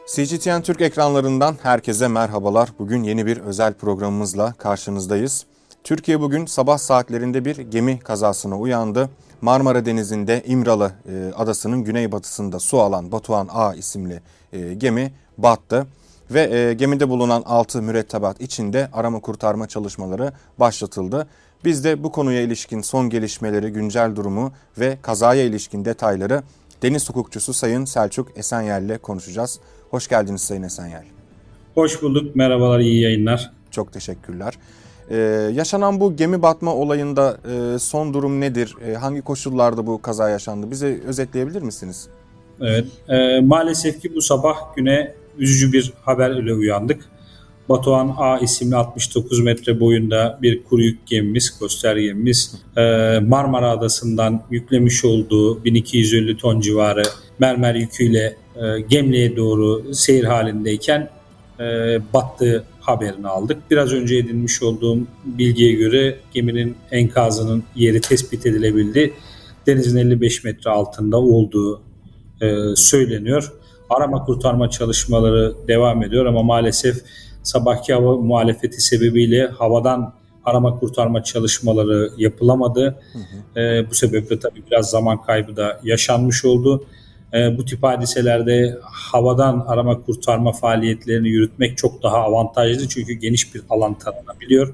CGTN Türk ekranlarından herkese merhabalar. Bugün yeni bir özel programımızla karşınızdayız. Türkiye bugün sabah saatlerinde bir gemi kazasına uyandı. Marmara Denizi'nde İmralı adasının güneybatısında su alan Batuhan A isimli gemi battı. Ve gemide bulunan 6 mürettebat içinde arama kurtarma çalışmaları başlatıldı. Biz de bu konuya ilişkin son gelişmeleri, güncel durumu ve kazaya ilişkin detayları deniz hukukçusu Sayın Selçuk Esenyel ile konuşacağız. Hoş geldiniz Sayın Esenyel. Hoş bulduk. Merhabalar, iyi yayınlar. Çok teşekkürler. Yaşanan bu gemi batma olayında son durum nedir? Hangi koşullarda bu kaza yaşandı? Bize özetleyebilir misiniz? Evet, maalesef ki bu sabah güne üzücü bir haber ile uyandık. Batuhan A isimli 69 metre boyunda bir kuru yük gemimiz, koster gemimiz Marmara Adası'ndan yüklemiş olduğu 1250 ton civarı mermer yüküyle Gemli'ye doğru seyir halindeyken battığı haberini aldık. Biraz önce edinmiş olduğum bilgiye göre geminin enkazının yeri tespit edilebildi. Denizin 55 metre altında olduğu söyleniyor. Arama kurtarma çalışmaları devam ediyor ama maalesef sabahki hava muhalefeti sebebiyle havadan arama kurtarma çalışmaları yapılamadı. Bu sebeple tabii biraz zaman kaybı da yaşanmış oldu. Bu tip hadiselerde havadan arama kurtarma faaliyetlerini yürütmek çok daha avantajlı çünkü geniş bir alan tanınabiliyor.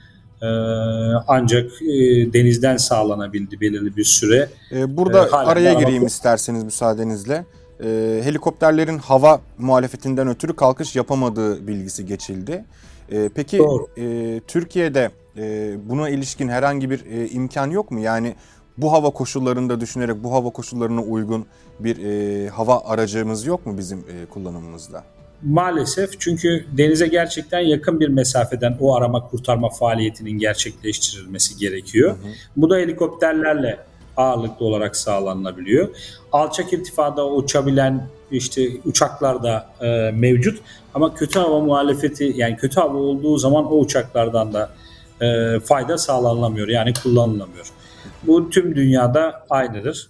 Ancak denizden sağlanabildi belirli bir süre. Burada araya gireyim isterseniz müsaadenizle. Helikopterlerin hava muhalefetinden ötürü kalkış yapamadığı bilgisi geçildi. Peki Türkiye'de buna ilişkin herhangi bir imkan yok mu? Yani bu hava koşullarında düşünerek bu hava koşullarına uygun bir hava aracımız yok mu bizim kullanımımızda? Maalesef, çünkü denize gerçekten yakın bir mesafeden o arama kurtarma faaliyetinin gerçekleştirilmesi gerekiyor. Bu da helikopterlerle ağırlıklı olarak sağlanabiliyor. Alçak irtifada uçabilen uçaklar da mevcut ama kötü hava muhalefeti, yani kötü hava olduğu zaman o uçaklardan da fayda sağlanamıyor, yani kullanılamıyor. Bu tüm dünyada aynıdır.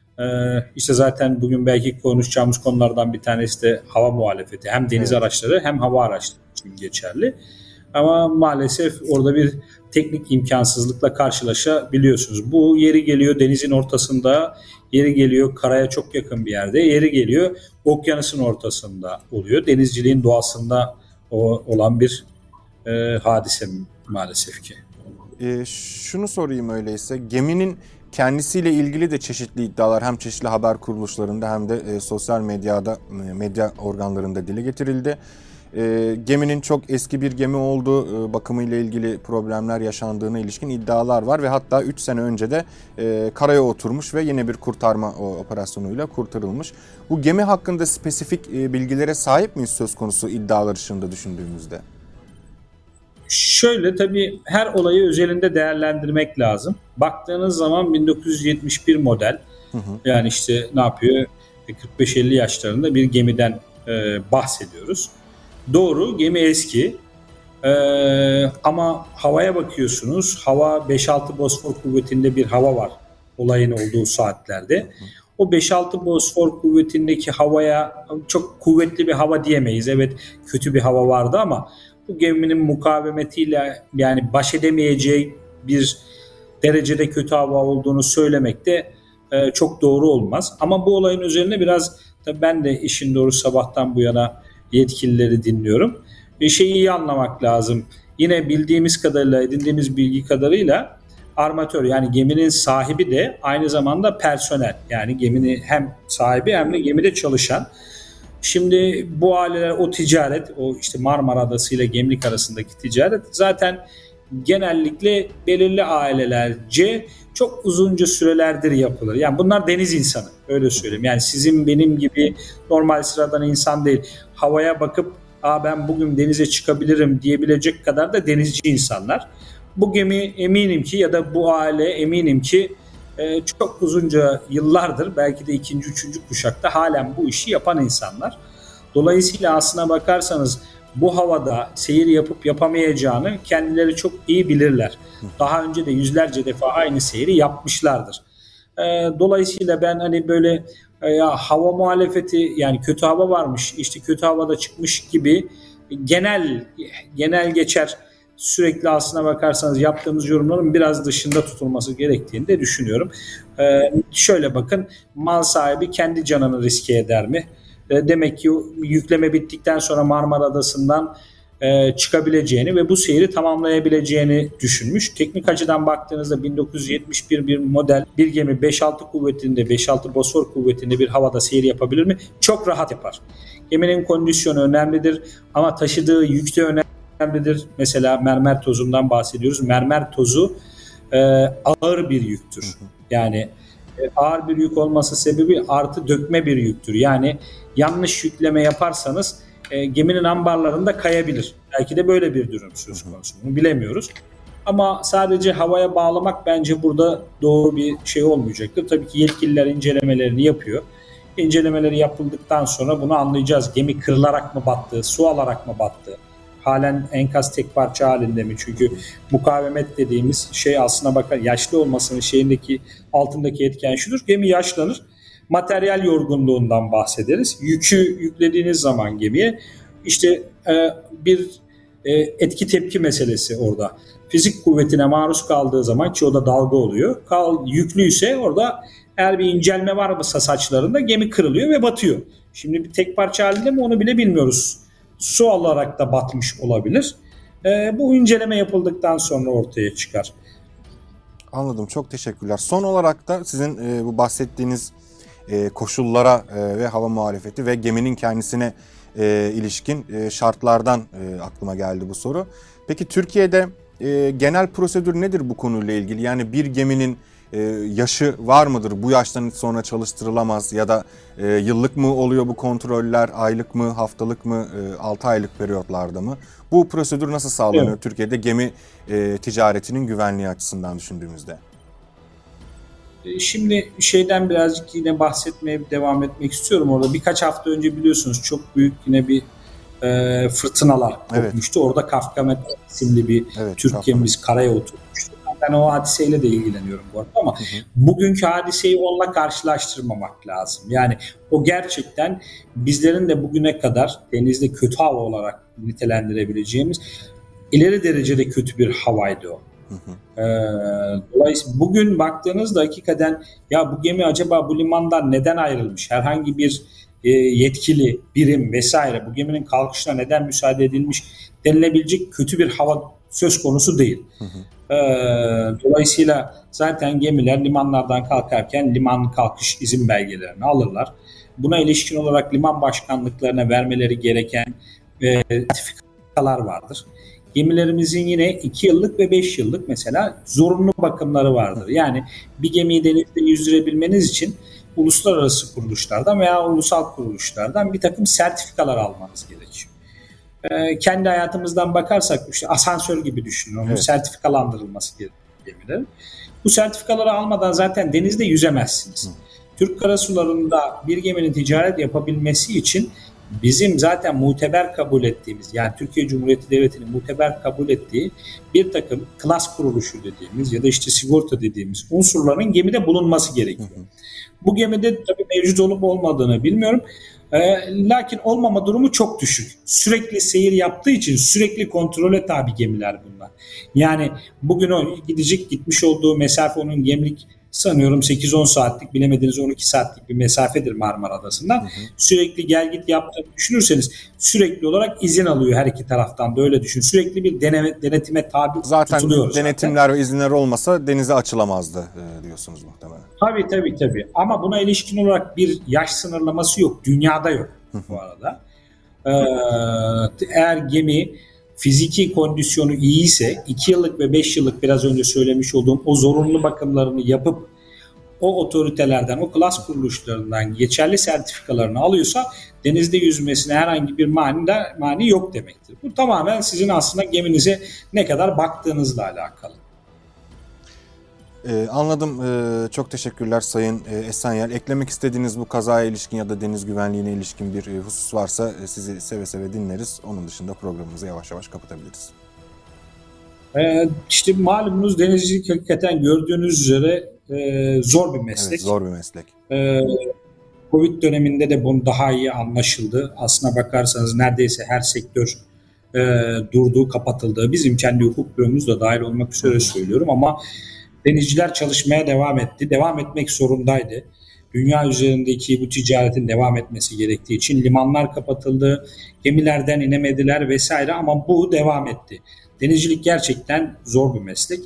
Zaten bugün belki konuşacağımız konulardan bir tanesi de hava muhalefeti. Hem deniz araçları hem hava araçları için geçerli. Ama maalesef orada bir teknik imkansızlıkla karşılaşabiliyorsunuz. Bu yeri geliyor denizin ortasında, yeri geliyor karaya çok yakın bir yerde, yeri geliyor okyanusun ortasında oluyor. Denizciliğin doğasında olan bir hadise maalesef ki. Şunu sorayım öyleyse, geminin kendisiyle ilgili de çeşitli iddialar hem çeşitli haber kuruluşlarında hem de sosyal medya organlarında dile getirildi. Geminin çok eski bir gemi olduğu, bakımıyla ilgili problemler yaşandığına ilişkin iddialar var ve hatta 3 sene önce de karaya oturmuş ve yine bir kurtarma operasyonuyla kurtarılmış. Bu gemi hakkında spesifik bilgilere sahip miyiz söz konusu iddialar ışığında düşündüğümüzde? Şöyle, tabii her olayı özelinde değerlendirmek lazım. Baktığınız zaman 1971 model, yani ne yapıyor? 45-50 yaşlarında bir gemiden bahsediyoruz. Doğru, gemi eski ama havaya bakıyorsunuz, hava 5-6 Bosfor kuvvetinde bir hava var olayın olduğu saatlerde. O 5-6 Bosfor kuvvetindeki havaya çok kuvvetli bir hava diyemeyiz. Evet, kötü bir hava vardı ama bu geminin mukavemetiyle, yani baş edemeyeceği bir derecede kötü hava olduğunu söylemek de çok doğru olmaz. Ama bu olayın üzerine biraz, tabii ben de işin doğrusu sabahtan bu yana yetkilileri dinliyorum. Bir şeyi iyi anlamak lazım. Yine bildiğimiz kadarıyla, edindiğimiz bilgi kadarıyla armatör, yani geminin sahibi de aynı zamanda personel. Yani geminin hem sahibi hem de gemide çalışan. Şimdi bu aileler, o ticaret, o Marmara Adası ile Gemlik arasındaki ticaret zaten genellikle belirli ailelerce çok uzunca sürelerdir yapılır. Yani bunlar deniz insanı, öyle söyleyeyim. Yani sizin benim gibi normal sıradan insan değil. Havaya bakıp ben bugün denize çıkabilirim diyebilecek kadar da denizci insanlar. Bu gemi eminim ki, ya da bu aile eminim ki çok uzunca yıllardır, belki de 2. 3. kuşakta halen bu işi yapan insanlar. Dolayısıyla aslına bakarsanız bu havada seyir yapıp yapamayacağını kendileri çok iyi bilirler. Daha önce de yüzlerce defa aynı seyri yapmışlardır. Dolayısıyla ben böyle ya hava muhalefeti, yani kötü hava varmış, işte kötü havada çıkmış gibi genel geçer sürekli aslına bakarsanız yaptığımız yorumların biraz dışında tutulması gerektiğini de düşünüyorum. Şöyle bakın, mal sahibi kendi canını riske eder mi? Demek ki yükleme bittikten sonra Marmara Adası'ndan çıkabileceğini ve bu seyri tamamlayabileceğini düşünmüş. Teknik açıdan baktığınızda 1971 bir model bir gemi 5-6 kuvvetinde, 5-6 Bosfor kuvvetinde bir havada seyir yapabilir mi? Çok rahat yapar. Geminin kondisyonu önemlidir ama taşıdığı yük de önemlidir. Mesela mermer tozundan bahsediyoruz. Mermer tozu ağır bir yüktür. Yani ağır bir yük olması sebebi artı dökme bir yüktür. Yani yanlış yükleme yaparsanız geminin ambarlarında kayabilir. Belki de böyle bir durum söz konusu. Bunu bilemiyoruz. Ama sadece havaya bağlamak bence burada doğru bir şey olmayacaktır. Tabii ki yetkililer incelemelerini yapıyor. İncelemeleri yapıldıktan sonra bunu anlayacağız. Gemi kırılarak mı battı, su alarak mı battı? Halen enkaz tek parça halinde mi? Çünkü mukavemet dediğimiz şey aslına bakar yaşlı olmasının altındaki etken şudur. Gemi yaşlanır. Materyal yorgunluğundan bahsederiz. Yükü yüklediğiniz zaman gemiye işte bir etki tepki meselesi orada. Fizik kuvvetine maruz kaldığı zaman, ki o da dalga oluyor. Yüklüyse orada eğer bir incelme varsa saçlarında gemi kırılıyor ve batıyor. Şimdi bir tek parça halinde mi onu bile bilmiyoruz. Su alarak da batmış olabilir. Bu inceleme yapıldıktan sonra ortaya çıkar. Anladım. Çok teşekkürler. Son olarak da sizin bu bahsettiğiniz koşullara ve hava muhalefeti ve geminin kendisine ilişkin şartlardan aklıma geldi bu soru. Peki Türkiye'de genel prosedür nedir bu konuyla ilgili? Yani bir geminin yaşı var mıdır? Bu yaştan sonra çalıştırılamaz ya da yıllık mı oluyor bu kontroller, aylık mı, haftalık mı, 6 aylık periyotlarda mı? Bu prosedür nasıl sağlanıyor Evet. Türkiye'de gemi ticaretinin güvenliği açısından düşündüğümüzde? Şimdi şeyden birazcık yine bahsetmeye devam etmek istiyorum. Orada birkaç hafta önce biliyorsunuz çok büyük yine bir fırtınalar kopmuştu. Evet. Orada Kafkamet isimli bir Türk gemimiz karaya oturmuştu. Ben o hadiseyle de ilgileniyorum bu arada ama bugünkü hadiseyi onunla karşılaştırmamak lazım. Yani o gerçekten bizlerin de bugüne kadar denizde kötü hava olarak nitelendirebileceğimiz ileri derecede kötü bir havaydı o. Dolayısıyla bugün baktığınızda hakikaten ya bu gemi acaba bu limandan neden ayrılmış? Herhangi bir yetkili birim vesaire bu geminin kalkışına neden müsaade edilmiş denilebilecek kötü bir hava söz konusu değil. Dolayısıyla zaten gemiler limanlardan kalkarken liman kalkış izin belgelerini alırlar. Buna ilişkin olarak liman başkanlıklarına vermeleri gereken sertifikalar vardır. Gemilerimizin yine 2 yıllık ve 5 yıllık mesela zorunlu bakımları vardır. Yani bir gemiyi denizde yüzdürebilmeniz için uluslararası kuruluşlardan veya ulusal kuruluşlardan bir takım sertifikalar almanız gerekiyor. Kendi hayatımızdan bakarsak işte asansör gibi düşünün. Onun sertifikalandırılması gerekiyor gemilerin. Bu sertifikaları almadan zaten denizde yüzemezsiniz. Türk karasularında bir geminin ticaret yapabilmesi için bizim zaten muteber kabul ettiğimiz, yani Türkiye Cumhuriyeti Devleti'nin muteber kabul ettiği bir takım klas kuruluşu dediğimiz ya da işte sigorta dediğimiz unsurların gemide bulunması gerekiyor. Bu gemide tabii mevcut olup olmadığını bilmiyorum. Lakin olmama durumu çok düşük. Sürekli seyir yaptığı için sürekli kontrole tabi gemiler bunlar. Yani bugün o gitmiş olduğu mesafe onun gemlik sanıyorum 8-10 saatlik, bilemediniz 12 saatlik bir mesafedir Marmara Adası'ndan. Sürekli gel git yaptığını düşünürseniz sürekli olarak izin alıyor her iki taraftan da, öyle düşün. Sürekli bir denetime tabi tutuluyor. Zaten denetimler ve izinler olmasa denize açılamazdı diyorsunuz muhtemelen. Tabii. Ama buna ilişkin olarak bir yaş sınırlaması yok. Dünyada yok bu arada. Eğer gemi fiziki kondisyonu iyiyse 2 yıllık ve 5 yıllık biraz önce söylemiş olduğum o zorunlu bakımlarını yapıp o otoritelerden, o klas kuruluşlarından geçerli sertifikalarını alıyorsa denizde yüzmesine herhangi bir mani yok demektir. Bu tamamen sizin aslında geminize ne kadar baktığınızla alakalı. Anladım. Çok teşekkürler Sayın Esenyel. Eklemek istediğiniz bu kazaya ilişkin ya da deniz güvenliğine ilişkin bir husus varsa sizi seve seve dinleriz. Onun dışında programımızı yavaş yavaş kapatabiliriz. İşte malumunuz denizcilik hakikaten gördüğünüz üzere zor bir meslek. Evet, zor bir meslek. Covid döneminde de bunu daha iyi anlaşıldı. Aslına bakarsanız neredeyse her sektör durduğu, kapatıldığı, bizim kendi hukuk büromuz da dahil olmak üzere söylüyorum ama denizciler çalışmaya devam etti. Devam etmek zorundaydı. Dünya üzerindeki bu ticaretin devam etmesi gerektiği için limanlar kapatıldı, gemilerden inemediler vesaire ama bu devam etti. Denizcilik gerçekten zor bir meslek.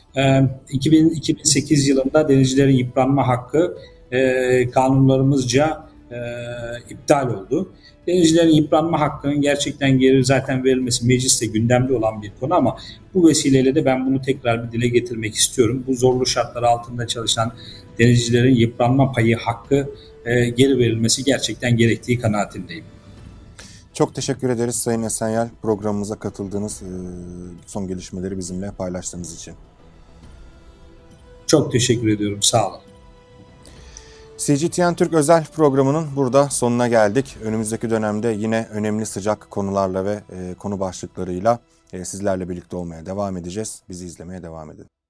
2008 yılında denizcilerin yıpranma hakkı kanunlarımızca iptal oldu. Denizcilerin yıpranma hakkının gerçekten geri zaten verilmesi mecliste gündemde olan bir konu ama bu vesileyle de ben bunu tekrar bir dile getirmek istiyorum. Bu zorlu şartlar altında çalışan denizcilerin yıpranma payı hakkı geri verilmesi gerçekten gerektiği kanaatindeyim. Çok teşekkür ederiz Sayın Esenyel, programımıza katıldığınız, son gelişmeleri bizimle paylaştığınız için. Çok teşekkür ediyorum. Sağ olun. CGTN Türk özel programının burada sonuna geldik. Önümüzdeki dönemde yine önemli sıcak konularla ve konu başlıklarıyla sizlerle birlikte olmaya devam edeceğiz. Bizi izlemeye devam edin.